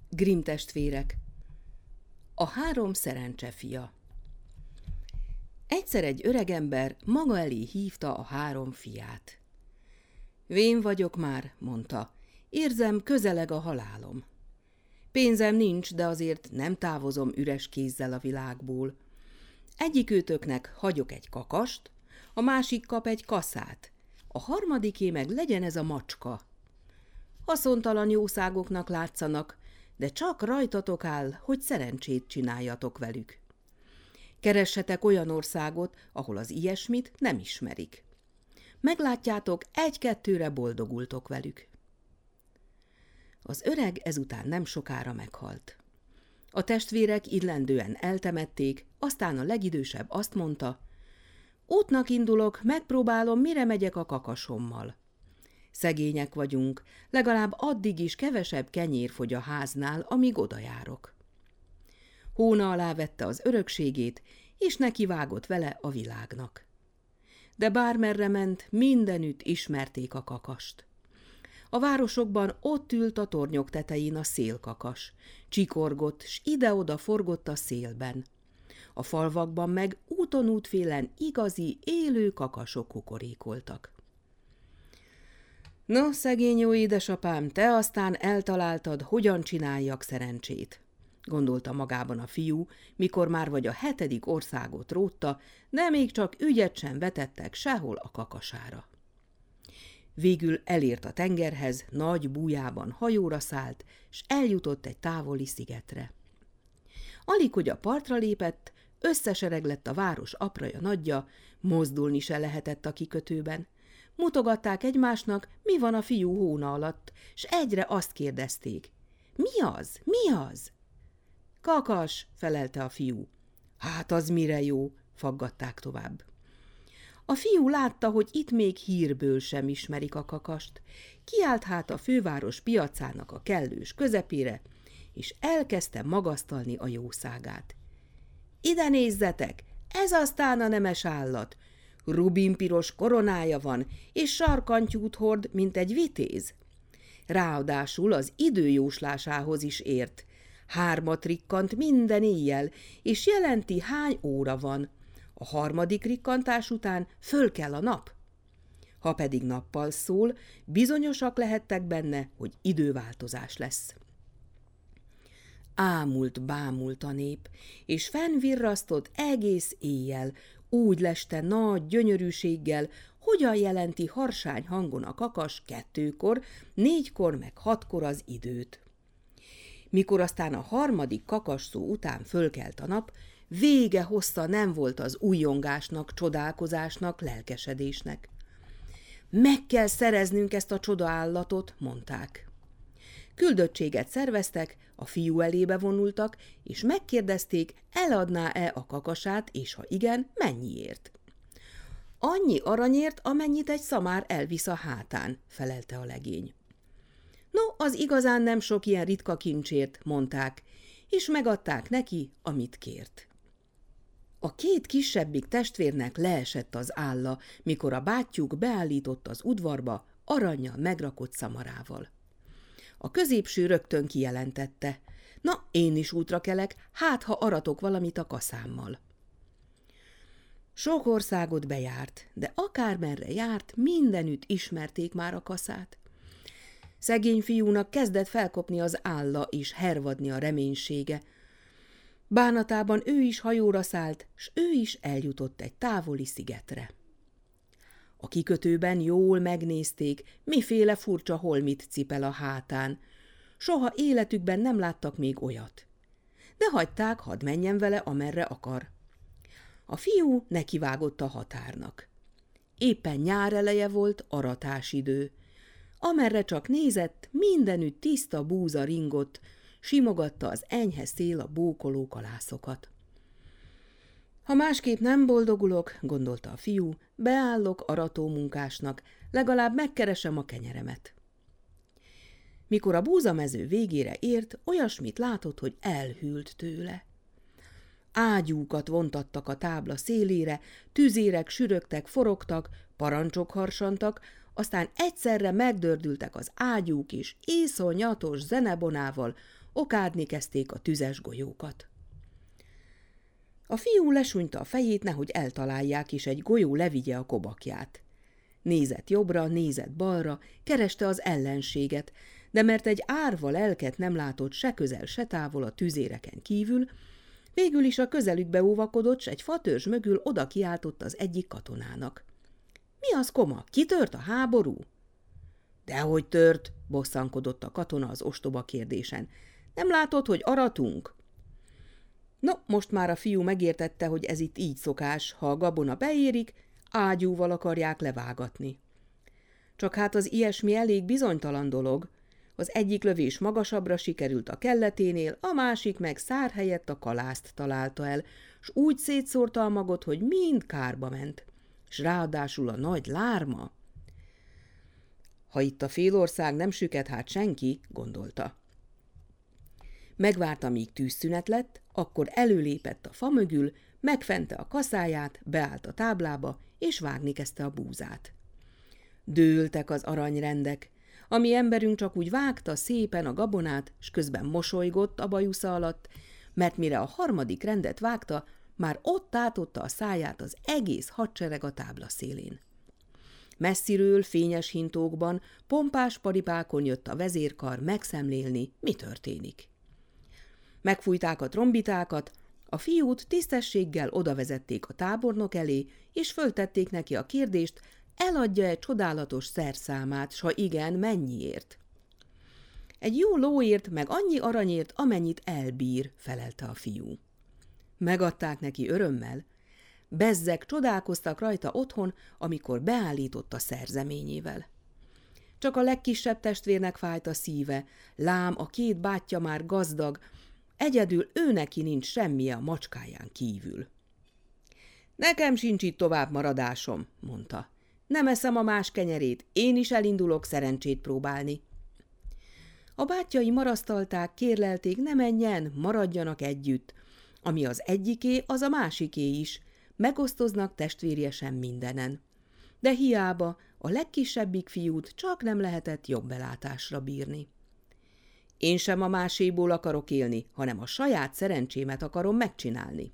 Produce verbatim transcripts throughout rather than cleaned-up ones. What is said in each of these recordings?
Grimm testvérek. A három szerencsefia. Egyszer egy öregember maga elé hívta a három fiát. Vén vagyok már, mondta, érzem, közeleg a halálom. Pénzem nincs, de azért nem távozom üres kézzel a világból. Egyikőtöknek hagyok egy kakast, a másik kap egy kaszát, a harmadiké meg legyen ez a macska. Haszontalan jószágoknak látszanak, de csak rajtatok áll, hogy szerencsét csináljatok velük. Keressetek olyan országot, ahol az ilyesmit nem ismerik. Meglátjátok, egy-kettőre boldogultok velük. Az öreg ezután nem sokára meghalt. A testvérek illendően eltemették, aztán a legidősebb azt mondta, útnak indulok, megpróbálom, mire megyek a kakasommal. Szegények vagyunk, legalább addig is kevesebb kenyér fogy a háznál, amíg odajárok. Hóna alá vette az örökségét, és nekivágott vele a világnak. De bármerre ment, mindenütt ismerték a kakast. A városokban ott ült a tornyok tetején a szélkakas, csikorgott, s ide-oda forgott a szélben. A falvakban meg úton útfélen igazi, élő kakasok kukorékoltak. No, szegény jó édesapám, te aztán eltaláltad, hogyan csináljak szerencsét, gondolta magában a fiú, mikor már vagy a hetedik országot rótta, de még csak ügyet sem vetettek sehol a kakasára. Végül elért a tengerhez, nagy bújában hajóra szállt, s eljutott egy távoli szigetre. Alig, hogy a partra lépett, összesereg lett a város apraja nagyja, mozdulni se lehetett a kikötőben. Mutogatták egymásnak, mi van a fiú hóna alatt, s egyre azt kérdezték. Mi az? Mi az? Kakas, felelte a fiú. Hát az mire jó, faggatták tovább. A fiú látta, hogy itt még hírből sem ismerik a kakast. Kiállt hát a főváros piacának a kellős közepére, és elkezdte magasztalni a jószágát. Ide nézzetek, ez aztán a nemes állat. Rubinpiros koronája van, és sarkantyút hord, mint egy vitéz. Ráadásul az időjóslásához is ért. Hármat rikkant minden éjjel, és jelenti, hány óra van. A harmadik rikkantás után föl kell a nap. Ha pedig nappal szól, bizonyosak lehettek benne, hogy időváltozás lesz. Ámult, bámult a nép, és fennvirrasztott egész éjjel, úgy leste nagy gyönyörűséggel, hogyan jelenti harsány hangon a kakas kettőkor, négykor meg hatkor az időt. Mikor aztán a harmadik kakasszó után fölkelt a nap, vége hossza nem volt az újongásnak, csodálkozásnak, lelkesedésnek. Meg kell szereznünk ezt a csodaállatot, mondták. Küldöttséget szerveztek, a fiú elébe vonultak, és megkérdezték, eladná-e a kakasát, és ha igen, mennyiért. Annyi aranyért, amennyit egy szamár elvisz a hátán, felelte a legény. No, az igazán nem sok ilyen ritka kincsért, mondták, és megadták neki, amit kért. A két kisebbik testvérnek leesett az álla, mikor a bátyjuk beállított az udvarba arannyal megrakott szamarával. A középső rögtön kijelentette, na, én is útra kelek, hát ha aratok valamit a kaszámmal. Sok országot bejárt, de akármerre járt, mindenütt ismerték már a kaszát. Szegény fiúnak kezdett felkopni az álla és hervadni a reménysége. Bánatában ő is hajóra szállt, s ő is eljutott egy távoli szigetre. A kikötőben jól megnézték, miféle furcsa holmit cipel a hátán. Soha életükben nem láttak még olyat. De hagyták, hadd menjen vele, amerre akar. A fiú nekivágott a határnak. Éppen nyár eleje volt, aratásidő. Amerre csak nézett, mindenütt tiszta búza ringott, simogatta az enyhe szél a bókoló kalászokat. Ha másképp nem boldogulok, gondolta a fiú, beállok aratómunkásnak, legalább megkeresem a kenyeremet. Mikor a búzamező végére ért, olyasmit látott, hogy elhűlt tőle. Ágyúkat vontattak a tábla szélére, tüzérek sürögtek, forogtak, parancsok harsantak, aztán egyszerre megdördültek az ágyúk is, iszonyatos zenebonával, okádni kezdték a tüzes golyókat. A fiú lesúnyta a fejét, nehogy eltalálják, és egy golyó levigye a kobakját. Nézett jobbra, nézett balra, kereste az ellenséget, de mert egy árva lelket nem látott se közel, se távol a tüzéreken kívül, végül is a közelükbe óvakodott, s egy fatörzs mögül oda kiáltott az egyik katonának. – Mi az, koma? Kitört a háború? – Dehogy tört, bosszankodott a katona az ostoba kérdésen. – Nem látod, hogy aratunk? No, most már a fiú megértette, hogy ez itt így szokás, ha a gabona beérik, ágyúval akarják levágatni. Csak hát az ilyesmi elég bizonytalan dolog. Az egyik lövés magasabbra sikerült a kelleténél, a másik meg szár helyett a kalászt találta el, s úgy szétszórta a magot, hogy mind kárba ment, s ráadásul a nagy lárma. Ha itt a félország nem süket hát senki, gondolta. Megvárta, míg tűzszünet lett, akkor előlépett a fa mögül, megfente a kaszáját, beállt a táblába, és vágni kezdte a búzát. Dőltek az aranyrendek. A mi emberünk csak úgy vágta szépen a gabonát, s közben mosolygott a bajusza alatt, mert mire a harmadik rendet vágta, már ott átotta a száját az egész hadsereg a tábla szélén. Messziről, fényes hintókban, pompás paripákon jött a vezérkar megszemlélni, mi történik. Megfújták a trombitákat, a fiút tisztességgel odavezették a tábornok elé, és föltették neki a kérdést, eladja egy csodálatos szerszámát, s ha igen, mennyiért? Egy jó lóért, meg annyi aranyért, amennyit elbír, felelte a fiú. Megadták neki örömmel. Bezzeg csodálkoztak rajta otthon, amikor beállított a szerzeményével. Csak a legkisebb testvérnek fájt a szíve, lám a két bátyja már gazdag, egyedül ő neki nincs semmije a macskáján kívül. Nekem sincs itt tovább maradásom, mondta. Nem eszem a más kenyerét, én is elindulok szerencsét próbálni. A bátyjai marasztalták, kérlelték, ne menjen, maradjanak együtt. Ami az egyiké, az a másiké is, megosztoznak testvérjesen mindenen. De hiába, a legkisebbik fiút csak nem lehetett jobb belátásra bírni. Én sem a máséból akarok élni, hanem a saját szerencsémet akarom megcsinálni.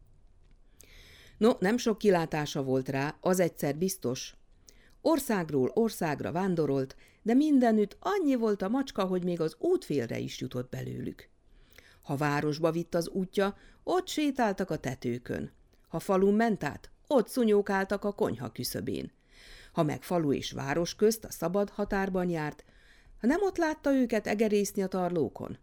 No, nem sok kilátása volt rá, az egyszer biztos. Országról országra vándorolt, de mindenütt annyi volt a macska, hogy még az útfélre is jutott belőlük. Ha városba vitt az útja, ott sétáltak a tetőkön. Ha falun ment át, ott szunyókáltak a konyha küszöbén. Ha meg falu és város közt a szabad határban járt, ha nem ott látta őket egerészni a tarlókon.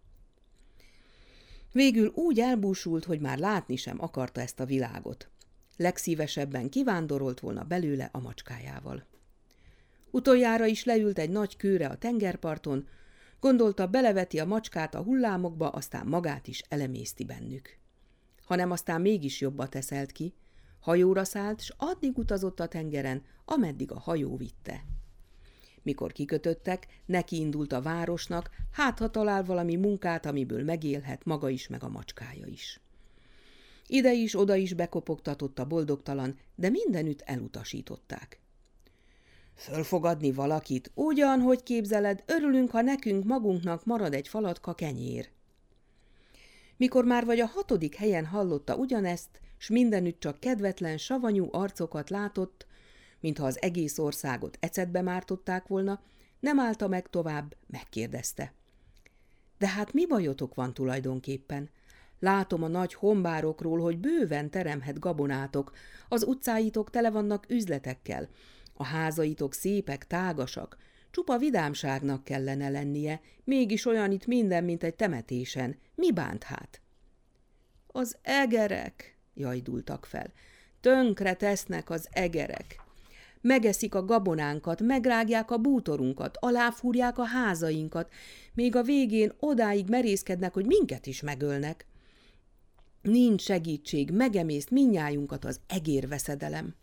Végül úgy elbúsult, hogy már látni sem akarta ezt a világot. Legszívesebben kivándorolt volna belőle a macskájával. Utoljára is leült egy nagy kőre a tengerparton, gondolta, beleveti a macskát a hullámokba, aztán magát is elemészti bennük. Hanem aztán mégis jobba teszelt ki, hajóra szállt, s addig utazott a tengeren, ameddig a hajó vitte. Mikor kikötöttek, neki indult a városnak, hát ha talál valami munkát, amiből megélhet maga is, meg a macskája is. Ide is, oda is bekopogtatott a boldogtalan, de mindenütt elutasították. Fölfogadni valakit, ugyan, hogy képzeled, örülünk, ha nekünk magunknak marad egy falatka kenyér. Mikor már vagy a hatodik helyen hallotta ugyanezt, s mindenütt csak kedvetlen, savanyú arcokat látott, mintha az egész országot ecetbe mártották volna, nem állta meg tovább, megkérdezte. De hát mi bajotok van tulajdonképpen? Látom a nagy hombárokról, hogy bőven teremhet gabonátok, az utcáitok tele vannak üzletekkel, a házaitok szépek, tágasak, csupa vidámságnak kellene lennie, mégis olyan itt minden, mint egy temetésen. Mi bánt hát? Az egerek, jajdultak fel. Tönkre tesznek az egerek. Megeszik a gabonánkat, megrágják a bútorunkat, aláfúrják a házainkat, még a végén odáig merészkednek, hogy minket is megölnek. Nincs segítség, megemészt mindnyájunkat az egérveszedelem.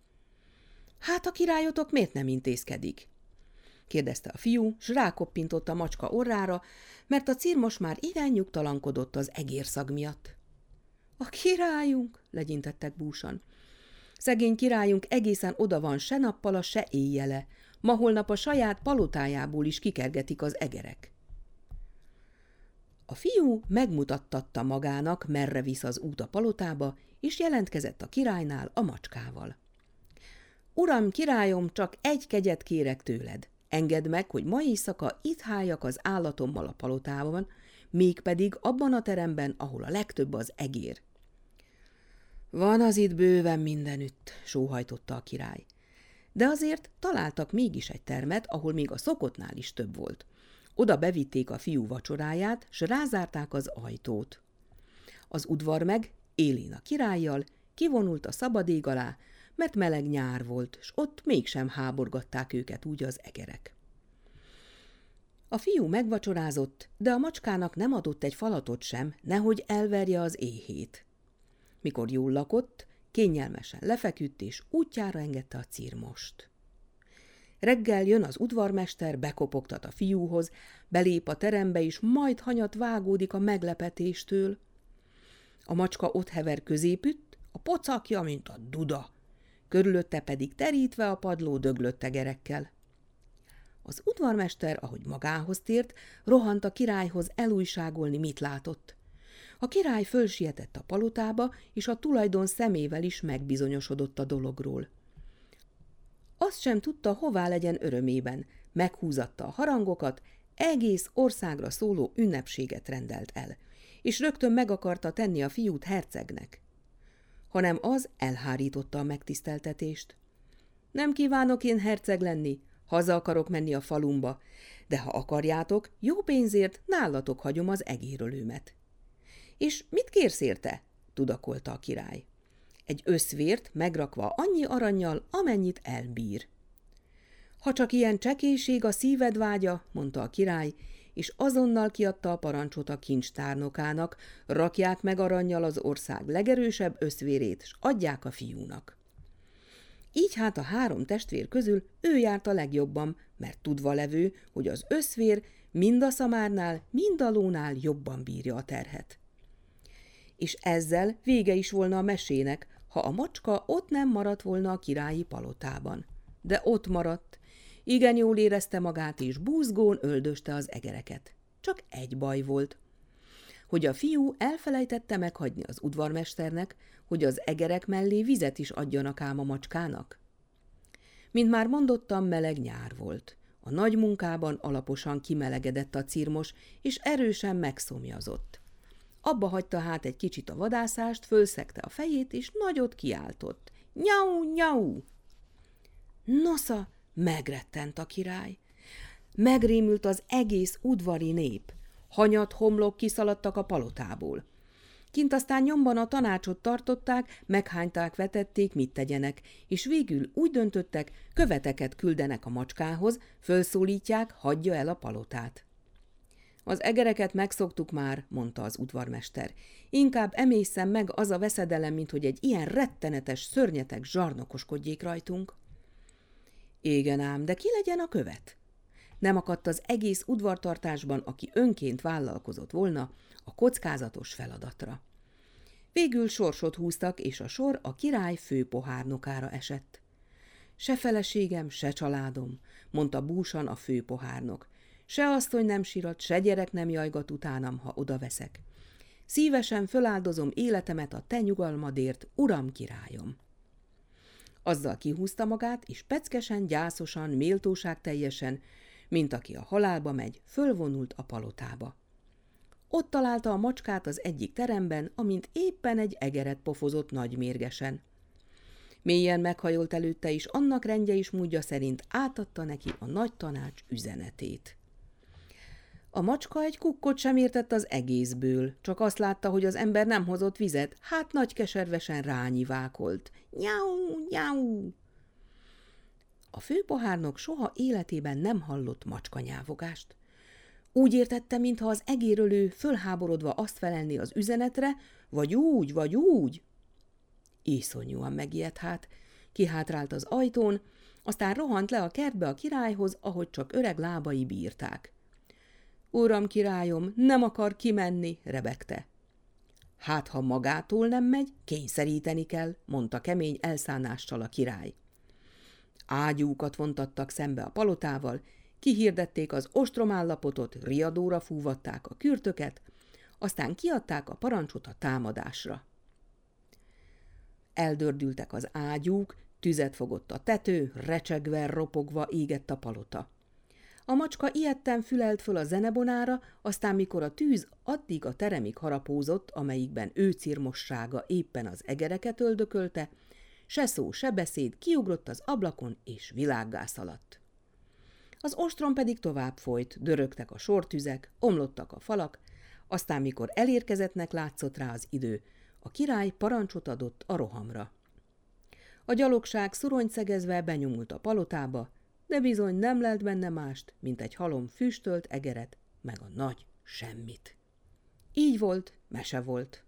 Hát a királyotok miért nem intézkedik? Kérdezte a fiú, s rákoppintott a macska orrára, mert a cirmos már igen nyugtalankodott az egérszag miatt. A királyunk, legyintettek búsan. Szegény királyunk egészen oda van se nappala, se éjjele. Ma-holnap a saját palotájából is kikergetik az egerek. A fiú megmutattatta magának, merre visz az út a palotába, és jelentkezett a királynál a macskával. Uram, királyom, csak egy kegyet kérek tőled. Engedd meg, hogy ma éjszaka itt háljak az állatommal a palotában, mégpedig abban a teremben, ahol a legtöbb az egér. Van az itt bőven mindenütt, sóhajtotta a király. De azért találtak mégis egy termet, ahol még a szokottnál is több volt. Oda bevitték a fiú vacsoráját, s rázárták az ajtót. Az udvar meg, élén a királlyal, kivonult a szabad ég alá, mert meleg nyár volt, s ott mégsem háborgatták őket úgy az egerek. A fiú megvacsorázott, de a macskának nem adott egy falatot sem, nehogy elverje az éhét. Mikor jól lakott, kényelmesen lefeküdt, és útjára engedte a cirmost. Reggel jön az udvarmester, bekopogtat a fiúhoz, belép a terembe, és majd hanyat vágódik a meglepetéstől. A macska ott hever középütt, a pocakja, mint a duda, körülötte pedig terítve a padló döglött egerekkel. Az udvarmester, ahogy magához tért, rohant a királyhoz elújságolni, mit látott. A király fölsietett a palotába, és a tulajdon szemével is megbizonyosodott a dologról. Azt sem tudta, hová legyen örömében, meghúzatta a harangokat, egész országra szóló ünnepséget rendelt el, és rögtön meg akarta tenni a fiút hercegnek. Hanem az elhárította a megtiszteltetést. Nem kívánok én herceg lenni, haza akarok menni a falumba, de ha akarjátok, jó pénzért nálatok hagyom az egérölőmet. És mit kérsz érte? Tudakolta a király. Egy összvért megrakva annyi arannyal, amennyit elbír. Ha csak ilyen csekéség a szíved vágya, mondta a király, és azonnal kiadta a parancsot a kincstárnokának, rakják meg arannyal az ország legerősebb összvérét, s adják a fiúnak. Így hát a három testvér közül ő járt a legjobban, mert tudva levő, hogy az összvér mind a szamárnál, mind a lónál jobban bírja a terhet. És ezzel vége is volna a mesének, ha a macska ott nem maradt volna a királyi palotában. De ott maradt. Igen jól érezte magát, és búzgón öldöste az egereket. Csak egy baj volt. Hogy a fiú elfelejtette meghagyni az udvarmesternek, hogy az egerek mellé vizet is adjanak ám a macskának. Mint már mondottam, meleg nyár volt. A nagy munkában alaposan kimelegedett a cirmos, és erősen megszomjazott. Abba hagyta hát egy kicsit a vadászást, fölszegte a fejét, és nagyot kiáltott. Nyau, nyau! Nosza, megrettent a király. Megrémült az egész udvari nép. Hanyat homlok kiszaladtak a palotából. Kint aztán nyomban a tanácsot tartották, meghányták, vetették, mit tegyenek, és végül úgy döntöttek, követeket küldenek a macskához, fölszólítják, hagyja el a palotát. Az egereket megszoktuk már, mondta az udvarmester. Inkább emészen meg az a veszedelem, mint hogy egy ilyen rettenetes, szörnyetek zsarnokoskodjék rajtunk. Igen ám, de ki legyen a követ? Nem akadt az egész udvartartásban, aki önként vállalkozott volna a kockázatos feladatra. Végül sorsot húztak, és a sor a király főpohárnokára esett. Se feleségem, se családom, mondta búsan a főpohárnok. Se asszony nem sirat, se gyerek nem jajgat utánam, ha odaveszek. Szívesen föláldozom életemet a te nyugalmadért, uram királyom. Azzal kihúzta magát, és peckesen, gyászosan, méltóságteljesen, mint aki a halálba megy, fölvonult a palotába. Ott találta a macskát az egyik teremben, amint éppen egy egeret pofozott nagymérgesen. Mélyen meghajolt előtte, és annak rendje és módja szerint átadta neki a nagy tanács üzenetét. A macska egy kukkot sem értett az egészből, csak azt látta, hogy az ember nem hozott vizet, hát nagy keservesen rányivákolt. Nyau, nyau! A főpohárnok soha életében nem hallott macskanyávogást. Úgy értette, mintha az egérölő fölháborodva azt felelni az üzenetre, vagy úgy, vagy úgy. Iszonyúan megijedt hát, kihátrált az ajtón, aztán rohant le a kertbe a királyhoz, ahogy csak öreg lábai bírták. Uram, királyom, nem akar kimenni, rebegte. Hát, ha magától nem megy, kényszeríteni kell, mondta kemény elszánással a király. Ágyúkat vontattak szembe a palotával, kihirdették az ostromállapotot, riadóra fúvatták a kürtöket, aztán kiadták a parancsot a támadásra. Eldördültek az ágyúk, tüzet fogott a tető, recsegve, ropogva égett a palota. A macska ijedten fülelt föl a zenebonára, aztán mikor a tűz addig a teremig harapózott, amelyikben ő cirmossága éppen az egereket öldökölte, se szó, se beszéd, kiugrott az ablakon és világgá szaladt. Az ostrom pedig tovább folyt, dörögtek a sortüzek, omlottak a falak, aztán mikor elérkezettnek látszott rá az idő, a király parancsot adott a rohamra. A gyalogság szuronyszegezve benyomult a palotába, de bizony nem lelt benne mást, mint egy halom füstölt egeret, meg a nagy semmit. Így volt, mese volt.